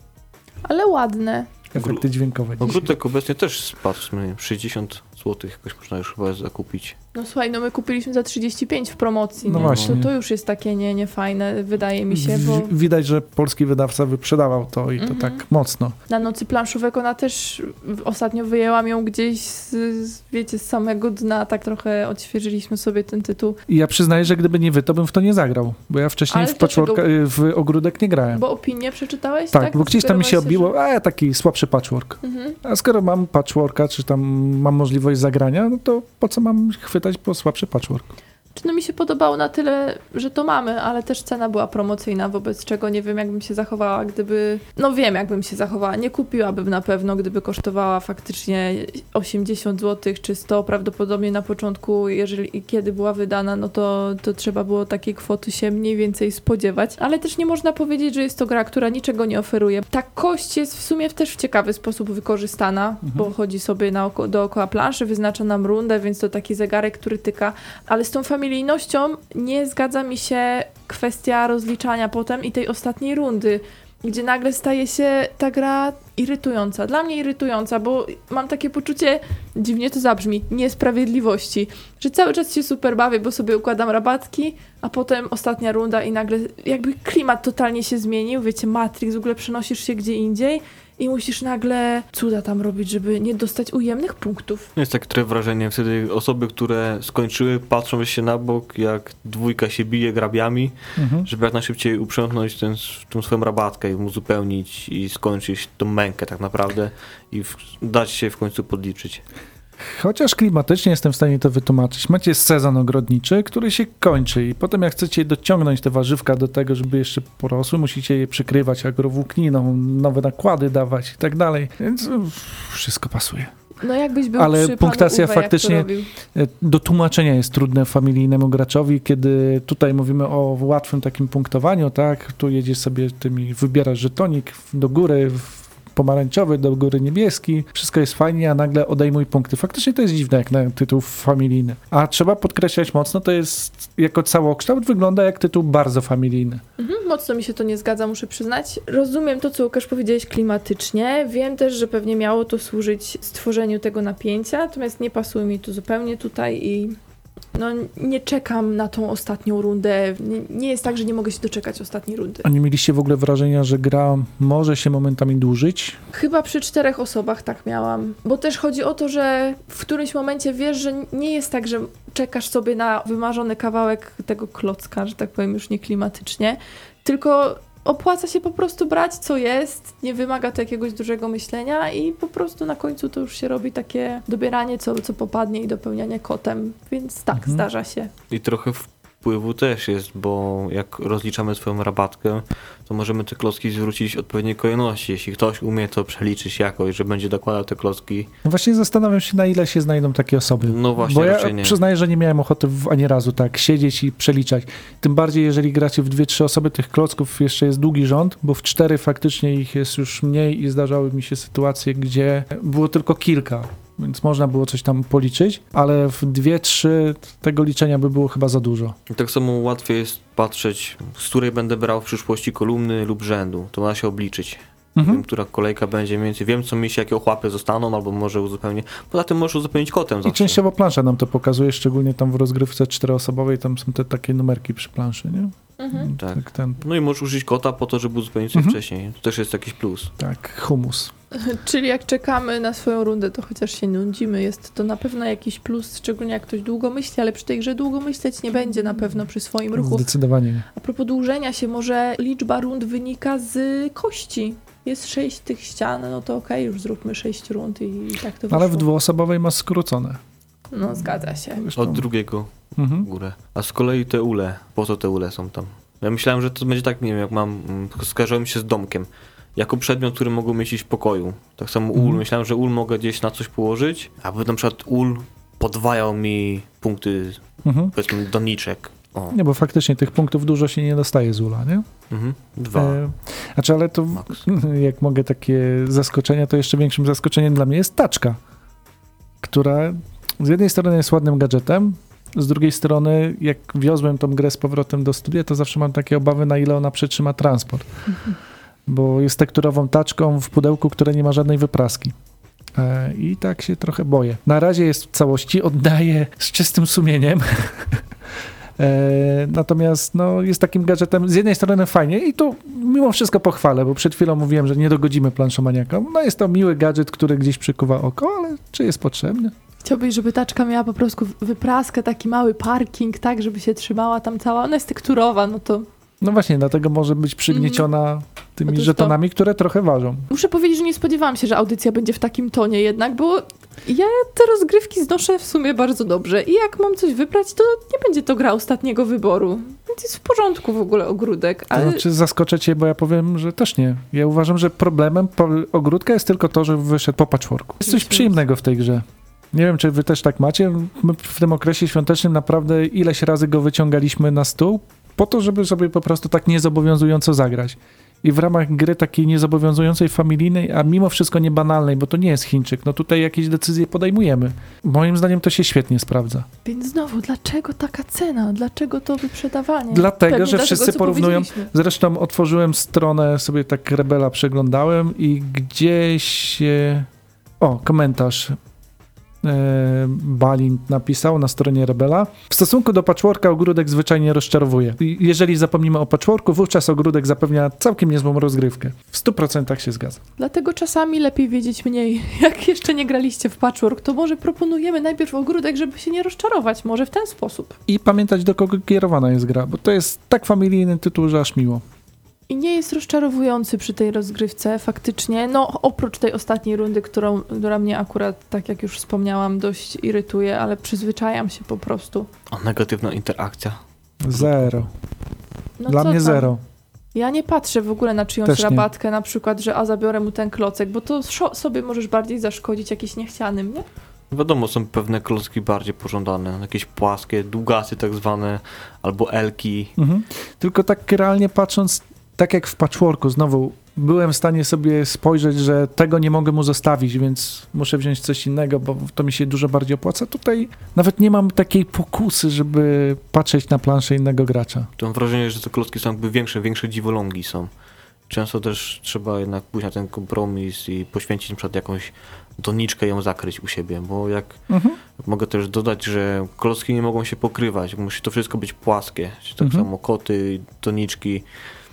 Ale ładne. efekty dźwiękowe. Ogródek obecnie też spadł, w sumie sześćdziesiąt złotych jakoś można już chyba zakupić. No słuchaj, no my kupiliśmy za trzydzieści pięć w promocji. No nie? właśnie. To, to już jest takie nie, niefajne, wydaje mi się, bo W- Widać, że polski wydawca wyprzedawał to i to Mhm. tak mocno. na nocy planszówek ona też w- ostatnio wyjęłam ją gdzieś z, z, wiecie, z samego dna, tak trochę odświeżyliśmy sobie ten tytuł, I ja przyznaję, że gdyby nie wy, to bym w to nie zagrał, bo ja wcześniej Ale w, patchworka, w ogródek nie grałem. bo opinię przeczytałeś? Tak, bo gdzieś tam mi się Sugerowałeś, obiło, że- a taki słabszy patchwork. Mhm. A skoro mam patchworka, czy tam mam możliwość zagrania, no to po co mam chwytać po słabszy patchwork? Czy no mi się podobało na tyle, że to mamy, ale też cena była promocyjna, wobec czego nie wiem, jakbym się zachowała, gdyby... No wiem, jakbym się zachowała. Nie kupiłabym na pewno, gdyby kosztowała faktycznie osiemdziesiąt złotych czy sto. Prawdopodobnie na początku, jeżeli i kiedy była wydana, no to, to trzeba było takiej kwoty się mniej więcej spodziewać. Ale też nie można powiedzieć, że jest to gra, która niczego nie oferuje. Ta kość jest w sumie też w ciekawy sposób wykorzystana, Mhm. bo chodzi sobie naoko- dookoła planszy, wyznacza nam rundę, więc to taki zegarek, który tyka. Ale z tą familijnością nie zgadza mi się kwestia rozliczania potem i tej ostatniej rundy, gdzie nagle staje się ta gra irytująca. Dla mnie irytująca, bo mam takie poczucie, dziwnie to zabrzmi, niesprawiedliwości, że cały czas się super bawię, bo sobie układam rabatki, a potem ostatnia runda i nagle jakby klimat totalnie się zmienił, wiecie, Matrix, w ogóle przenosisz się gdzie indziej i musisz nagle cuda tam robić, żeby nie dostać ujemnych punktów. Jest takie trochę wrażenie, wtedy osoby, które skończyły, patrzą się na bok, jak dwójka się bije grabiami, Mhm. żeby jak najszybciej uprzątnąć ten, tą swoją rabatkę i mu uzupełnić i skończyć tą mękę tak naprawdę i w, dać się w końcu podliczyć. Chociaż klimatycznie jestem w stanie to wytłumaczyć. Macie sezon ogrodniczy, który się kończy i potem jak chcecie dociągnąć te warzywka do tego, żeby jeszcze porosły, musicie je przykrywać agrowłókniną, nowe nakłady dawać i tak dalej. Więc uff, wszystko pasuje. No jakbyś był Ale przy punktacja panu Uwe, faktycznie- jak to robił. E, Do tłumaczenia jest trudne familijnemu graczowi, kiedy tutaj mówimy o łatwym takim punktowaniu, tak? Tu jedziesz sobie tymi, wybierasz żetonik do góry, w- pomarańczowy, do góry niebieski, wszystko jest fajnie, a nagle odejmuj punkty. Faktycznie to jest dziwne jak na tytuł familijny. A trzeba podkreślać mocno, to jest jako całokształt wygląda jak tytuł bardzo familijny. Mhm, mocno mi się to nie zgadza, muszę przyznać. Rozumiem to, co Łukasz powiedziałeś klimatycznie. Wiem też, że pewnie miało to służyć stworzeniu tego napięcia, natomiast nie pasuje mi to zupełnie tutaj i no nie czekam na tą ostatnią rundę. Nie, nie jest tak, że nie mogę się doczekać ostatniej rundy. A nie mieliście w ogóle wrażenia, że gra może się momentami dłużyć? Chyba przy czterech osobach tak miałam. Bo też chodzi o to, że w którymś momencie wiesz, że nie jest tak, że czekasz sobie na wymarzony kawałek tego klocka, że tak powiem już nie klimatycznie, tylko opłaca się po prostu brać co jest, nie wymaga to jakiegoś dużego myślenia i po prostu na końcu to już się robi takie dobieranie co, co popadnie i dopełnianie kotem, więc tak, Mhm. zdarza się. I trochę wpływu też jest, bo jak rozliczamy swoją rabatkę, to możemy te klocki zwrócić w odpowiedniej kolejności. Jeśli ktoś umie to przeliczyć jakoś, że będzie dokładał te klocki, No właśnie zastanawiam się, na ile się znajdą takie osoby. no właśnie Bo ja raczej nie. przyznaję, że nie miałem ochoty w, ani razu tak siedzieć i przeliczać. Tym bardziej, jeżeli gracie w dwie, trzy osoby, tych klocków jeszcze jest długi rząd, bo w cztery faktycznie ich jest już mniej i zdarzały mi się sytuacje, gdzie było tylko kilka, więc można było coś tam policzyć, ale w dwie, trzy tego liczenia by było chyba za dużo. I tak samo łatwiej jest patrzeć, z której będę brał w przyszłości kolumny lub rzędu. To da się obliczyć. Mhm. Wiem, która kolejka będzie mniej więcej. Wiem, co mi się, jakie ochłapy zostaną, albo może uzupełnię. Poza tym możesz uzupełnić kotem I zawsze. częściowo plansza nam to pokazuje, szczególnie tam w rozgrywce czteroosobowej, tam są te takie numerki przy planszy, nie? Mhm. Tak. ten, No i możesz użyć kota po to, żeby uzupełnić sobie Mhm. wcześniej. To też jest jakiś plus. tak, humus. Czyli jak czekamy na swoją rundę, to chociaż się nudzimy, jest to na pewno jakiś plus, szczególnie jak ktoś długo myśli, ale przy tej grze długo myśleć nie będzie na pewno przy swoim ruchu. Zdecydowanie nie. A propos dłużenia się, może liczba rund wynika z kości. Jest sześć tych ścian, no to okej, już zróbmy sześć rund i, i tak to wyszło. Ale w dwuosobowej masz skrócone. No zgadza się. Zresztą- Od drugiego Mhm. w górę. A z kolei te ule. Po co te ule są tam? Ja myślałem, że to będzie tak, nie wiem, jak mam, mm, skojarzyłem się z domkiem. Jako przedmiot, który mogą mieścić w pokoju. Tak samo ul. Mhm. Myślałem, że ul mogę gdzieś na coś położyć, a na przykład ul podwajał mi punkty, Mhm. powiedzmy, doniczek. O. Nie, bo faktycznie tych punktów dużo się nie dostaje z ula, nie? Mhm. Dwa. E, znaczy, ale to Max. jak mogę takie zaskoczenia, to jeszcze większym zaskoczeniem dla mnie jest taczka, która z jednej strony jest ładnym gadżetem, z drugiej strony jak wiozłem tą grę z powrotem do studia, to zawsze mam takie obawy, na ile ona przetrzyma transport. Bo jest tekturową taczką w pudełku, które nie ma żadnej wypraski. E, I tak się trochę boję. Na razie jest w całości, oddaję z czystym sumieniem. E, natomiast no, jest takim gadżetem z jednej strony fajnie i tu mimo wszystko pochwalę, bo przed chwilą mówiłem, że nie dogodzimy planszomaniakom. No jest to miły gadżet, który gdzieś przykuwa oko, ale czy jest potrzebny? Chciałbyś, żeby taczka miała po prostu wypraskę, taki mały parking, tak, żeby się trzymała tam cała. Ona jest tekturowa, no to... No właśnie, dlatego może być przygnieciona tymi Otóż to. żetonami, które trochę ważą. Muszę powiedzieć, że nie spodziewałam się, że audycja będzie w takim tonie jednak, bo ja te rozgrywki znoszę w sumie bardzo dobrze i jak mam coś wybrać, to nie będzie to gra ostatniego wyboru. Więc jest w porządku w ogóle ogródek, ale... To znaczy zaskoczę cię, bo ja powiem, że też nie. Ja uważam, że problemem po- ogródka jest tylko to, że wyszedł po patchworku. Jest coś przyjemnego w tej grze. Nie wiem, czy wy też tak macie. My w tym okresie świątecznym naprawdę ileś razy go wyciągaliśmy na stół po to, żeby sobie po prostu tak niezobowiązująco zagrać. I w ramach gry takiej niezobowiązującej, familijnej, a mimo wszystko nie banalnej, bo to nie jest Chińczyk, no tutaj jakieś decyzje podejmujemy. Moim zdaniem to się świetnie sprawdza. Więc znowu, dlaczego taka cena? Dlaczego to wyprzedawanie? Dlatego, Pewnie że dlatego, wszyscy co porównują. powiedzieliśmy. Zresztą otworzyłem stronę, sobie tak Rebela przeglądałem i gdzieś... e, O, komentarz. E, Balint napisał na stronie Rebela. W stosunku do patchworka ogródek zwyczajnie rozczarowuje. I jeżeli zapomnimy o patchworku, wówczas ogródek zapewnia całkiem niezłą rozgrywkę. W stu procentach się zgadzam. Dlatego czasami lepiej wiedzieć mniej. Jak jeszcze nie graliście w patchwork, to może proponujemy najpierw ogródek, żeby się nie rozczarować. Może w ten sposób. I pamiętać, do kogo kierowana jest gra, bo to jest tak familijny tytuł, że aż miło. I nie jest rozczarowujący przy tej rozgrywce faktycznie, no oprócz tej ostatniej rundy, którą, która mnie akurat, tak jak już wspomniałam, dość irytuje, ale przyzwyczajam się po prostu. A negatywna interakcja. Zero. No Dla co mnie tam? zero. Ja nie patrzę w ogóle na czyjąś Też nie. rabatkę, na przykład, że a zabiorę mu ten klocek, bo to szo- sobie możesz bardziej zaszkodzić jakiś niechcianym, nie? Wiadomo, są pewne klocki bardziej pożądane, jakieś płaskie, długasy tak zwane, albo elki. Mhm. Tylko tak realnie patrząc, tak jak w patchworku, znowu byłem w stanie sobie spojrzeć, że tego nie mogę mu zostawić, więc muszę wziąć coś innego, bo to mi się dużo bardziej opłaca. Tutaj nawet nie mam takiej pokusy, żeby patrzeć na planszę innego gracza. To mam wrażenie, że te klocki są jakby większe, większe dziwolągi są. Często też trzeba jednak pójść na ten kompromis i poświęcić na przykład jakąś doniczkę, ją zakryć u siebie, bo jak Mhm. mogę też dodać, że klocki nie mogą się pokrywać, musi to wszystko być płaskie. Czyli tak Mhm. samo koty, doniczki,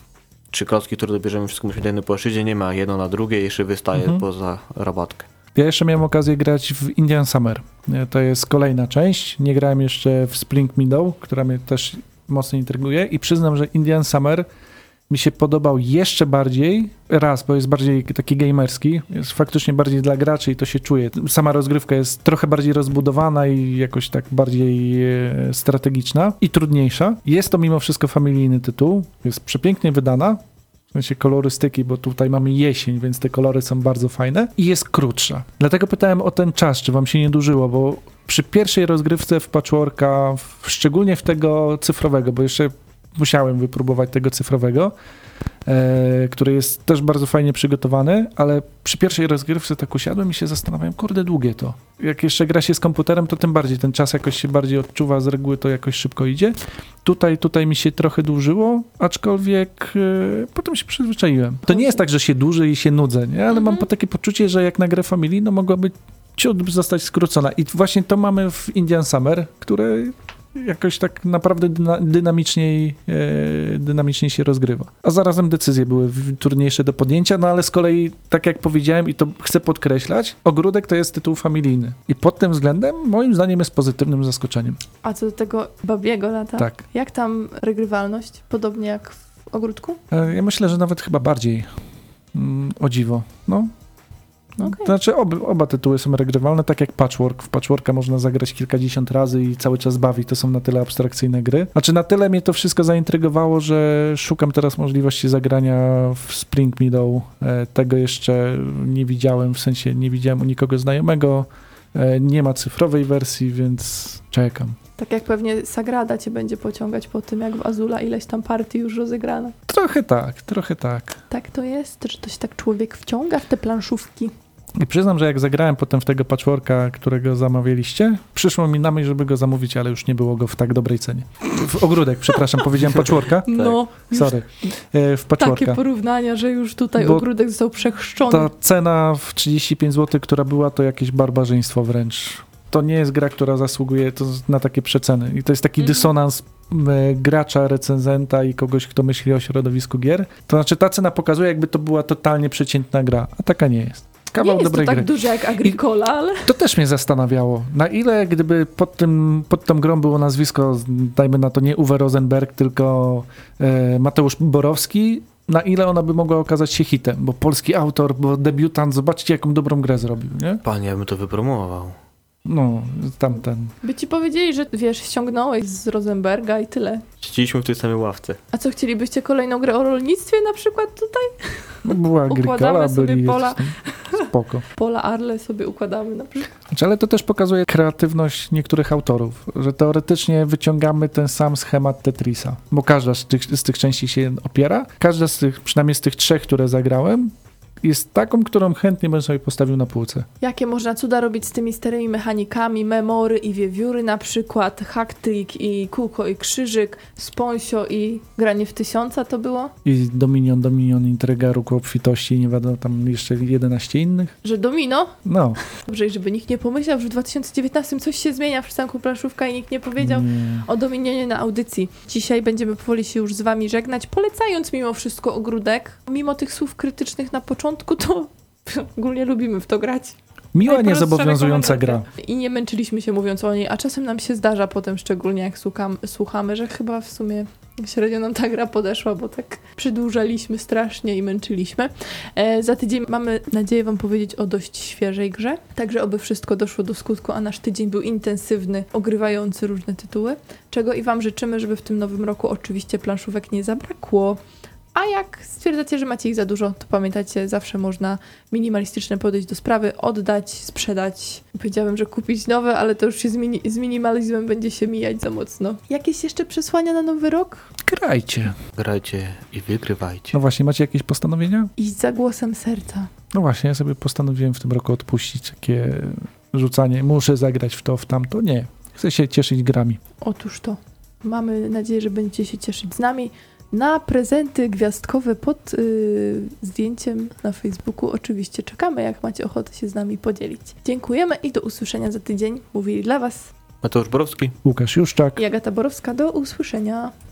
czy klocki, które dobierzemy, wszystko musi być na jednej płaszczyźnie, nie ma jedno na drugie, jeszcze wystaje Mhm. poza rabatkę. Ja jeszcze miałem okazję grać w Indian Summer. E, To jest kolejna część. Nie grałem jeszcze w Spring Meadow, która mnie też mocno intryguje i przyznam, że Indian Summer mi się podobał jeszcze bardziej, raz, bo jest bardziej taki gamerski, jest faktycznie bardziej dla graczy i to się czuje. Sama rozgrywka jest trochę bardziej rozbudowana i jakoś tak bardziej e, strategiczna i trudniejsza. Jest to mimo wszystko familijny tytuł, jest przepięknie wydana, w sensie kolorystyki, bo tutaj mamy jesień, więc te kolory są bardzo fajne i jest krótsza. Dlatego pytałem o ten czas, czy wam się nie dłużyło, bo przy pierwszej rozgrywce w Patchworka, w, szczególnie w tego cyfrowego, bo jeszcze musiałem wypróbować tego cyfrowego, e, który jest też bardzo fajnie przygotowany, ale przy pierwszej rozgrywce tak usiadłem i się zastanawiałem, kurde, długie to. Jak jeszcze gra się z komputerem, to tym bardziej ten czas jakoś się bardziej odczuwa, z reguły to jakoś szybko idzie. Tutaj, tutaj mi się trochę dłużyło, aczkolwiek e, potem się przyzwyczaiłem. To nie jest tak, że się dłuży i się nudzę, nie? Ale Mhm. mam po takie poczucie, że jak na grę familijną mogła być ciut zostać skrócona. I właśnie to mamy w Indian Summer, które jakoś tak naprawdę dyna, dynamiczniej, e, dynamiczniej się rozgrywa. A zarazem decyzje były w- trudniejsze do podjęcia, no ale z kolei, tak jak powiedziałem i to chcę podkreślać, Ogródek to jest tytuł familijny. I pod tym względem moim zdaniem jest pozytywnym zaskoczeniem. A co do tego babiego lata? Tak. Jak tam regrywalność? Podobnie jak w ogródku? E, ja myślę, że nawet chyba bardziej. Mm, o dziwo. No. Okej. To znaczy ob, oba tytuły są regrywalne, tak jak Patchwork. W Patchworka można zagrać kilkadziesiąt razy i cały czas bawi. To są na tyle abstrakcyjne gry. Znaczy na tyle mnie to wszystko zaintrygowało, że szukam teraz możliwości zagrania w Spring Meadow. E, tego jeszcze nie widziałem, w sensie nie widziałem u nikogo znajomego. E, nie ma cyfrowej wersji, więc czekam. Tak jak pewnie Sagrada cię będzie pociągać po tym, jak w Azula ileś tam partii już rozegrano. Trochę tak, trochę tak. Tak to jest, że to się tak człowiek wciąga w te planszówki. I przyznam, że jak zagrałem potem w tego patchworka, którego zamawialiście, przyszło mi na myśl, żeby go zamówić, ale już nie było go w tak dobrej cenie. W ogródek, przepraszam, powiedziałem patchworka? No, już Sorry. E, W patchworka. takie porównania, że już tutaj Bo ogródek został przechrzczony. Ta cena w trzydzieści pięć złotych, która była, to jakieś barbarzyństwo wręcz. To nie jest gra, która zasługuje to na takie przeceny. I to jest taki Mhm. dysonans e, gracza, recenzenta i kogoś, kto myśli o środowisku gier. To znaczy ta cena pokazuje, jakby to była totalnie przeciętna gra, a taka nie jest. Kawał Nie jest to dobrej tak gry. duże jak Agricola, ale To też mnie zastanawiało. Na ile, gdyby pod, tym, pod tą grą było nazwisko, dajmy na to nie Uwe Rosenberg, tylko e, Mateusz Borowski, na ile ona by mogła okazać się hitem, bo polski autor, bo debiutant, zobaczcie jaką dobrą grę zrobił, nie? Panie, ja bym to wypromował. No, tamten. by ci powiedzieli, że wiesz, ściągnąłeś z Rosenberga i tyle. Siedzieliśmy w tej samej ławce. A co, chcielibyście kolejną grę o rolnictwie na przykład tutaj? No, była Układamy Agricola, sobie byli pola. jest- spoko. Pola Arle sobie układamy na przykład. Znaczy, ale to też pokazuje kreatywność niektórych autorów, że teoretycznie wyciągamy ten sam schemat Tetrisa, bo każda z tych, z tych części się opiera. Każda z tych, przynajmniej z tych trzech, które zagrałem, jest taką, którą chętnie bym sobie postawił na półce. Jakie można cuda robić z tymi starymi mechanikami, memory i wiewióry na przykład, hack-trick i kółko i krzyżyk, sponsio i granie w tysiąca to było? I Dominion, Dominion, Intryga, Róg obfitości i nie wiadomo, tam jeszcze jedenaście innych. Że domino? No. Dobrze, i żeby nikt nie pomyślał, że w dwa tysiące dziewiętnastym coś się zmienia w przystanku planszówka i nikt nie powiedział Nie. o Dominionie na audycji. Dzisiaj będziemy powoli się już z wami żegnać, polecając mimo wszystko ogródek. Mimo tych słów krytycznych na początku, to ogólnie lubimy w to grać. Miła, Najprostsza niezobowiązująca gra. rekomendacja. I nie męczyliśmy się mówiąc o niej, a czasem nam się zdarza potem, szczególnie jak słucham, słuchamy, że chyba w sumie średnio nam ta gra podeszła, bo tak przedłużaliśmy strasznie i męczyliśmy. E, za tydzień mamy nadzieję wam powiedzieć o dość świeżej grze, także oby wszystko doszło do skutku, a nasz tydzień był intensywny, ogrywający różne tytuły, czego i wam życzymy, żeby w tym nowym roku oczywiście planszówek nie zabrakło. A jak stwierdzacie, że macie ich za dużo, to pamiętajcie, zawsze można minimalistycznie podejść do sprawy, oddać, sprzedać. Powiedziałabym, że kupić nowe, ale to już się z, mini- z minimalizmem będzie się mijać za mocno. Jakieś jeszcze przesłania na nowy rok? Grajcie. Grajcie i wygrywajcie. No właśnie, macie jakieś postanowienia? Iść za głosem serca. No właśnie, ja sobie postanowiłem w tym roku odpuścić takie rzucanie, muszę zagrać w to, w tamto. Nie. Chcę się cieszyć grami. Otóż to. Mamy nadzieję, że będziecie się cieszyć z nami. Na prezenty gwiazdkowe pod yy, zdjęciem na Facebooku oczywiście czekamy, jak macie ochotę się z nami podzielić. Dziękujemy i do usłyszenia za tydzień. Mówili dla Was Mateusz Borowski. Łukasz Juszczak. i Agata Borowska. Do usłyszenia.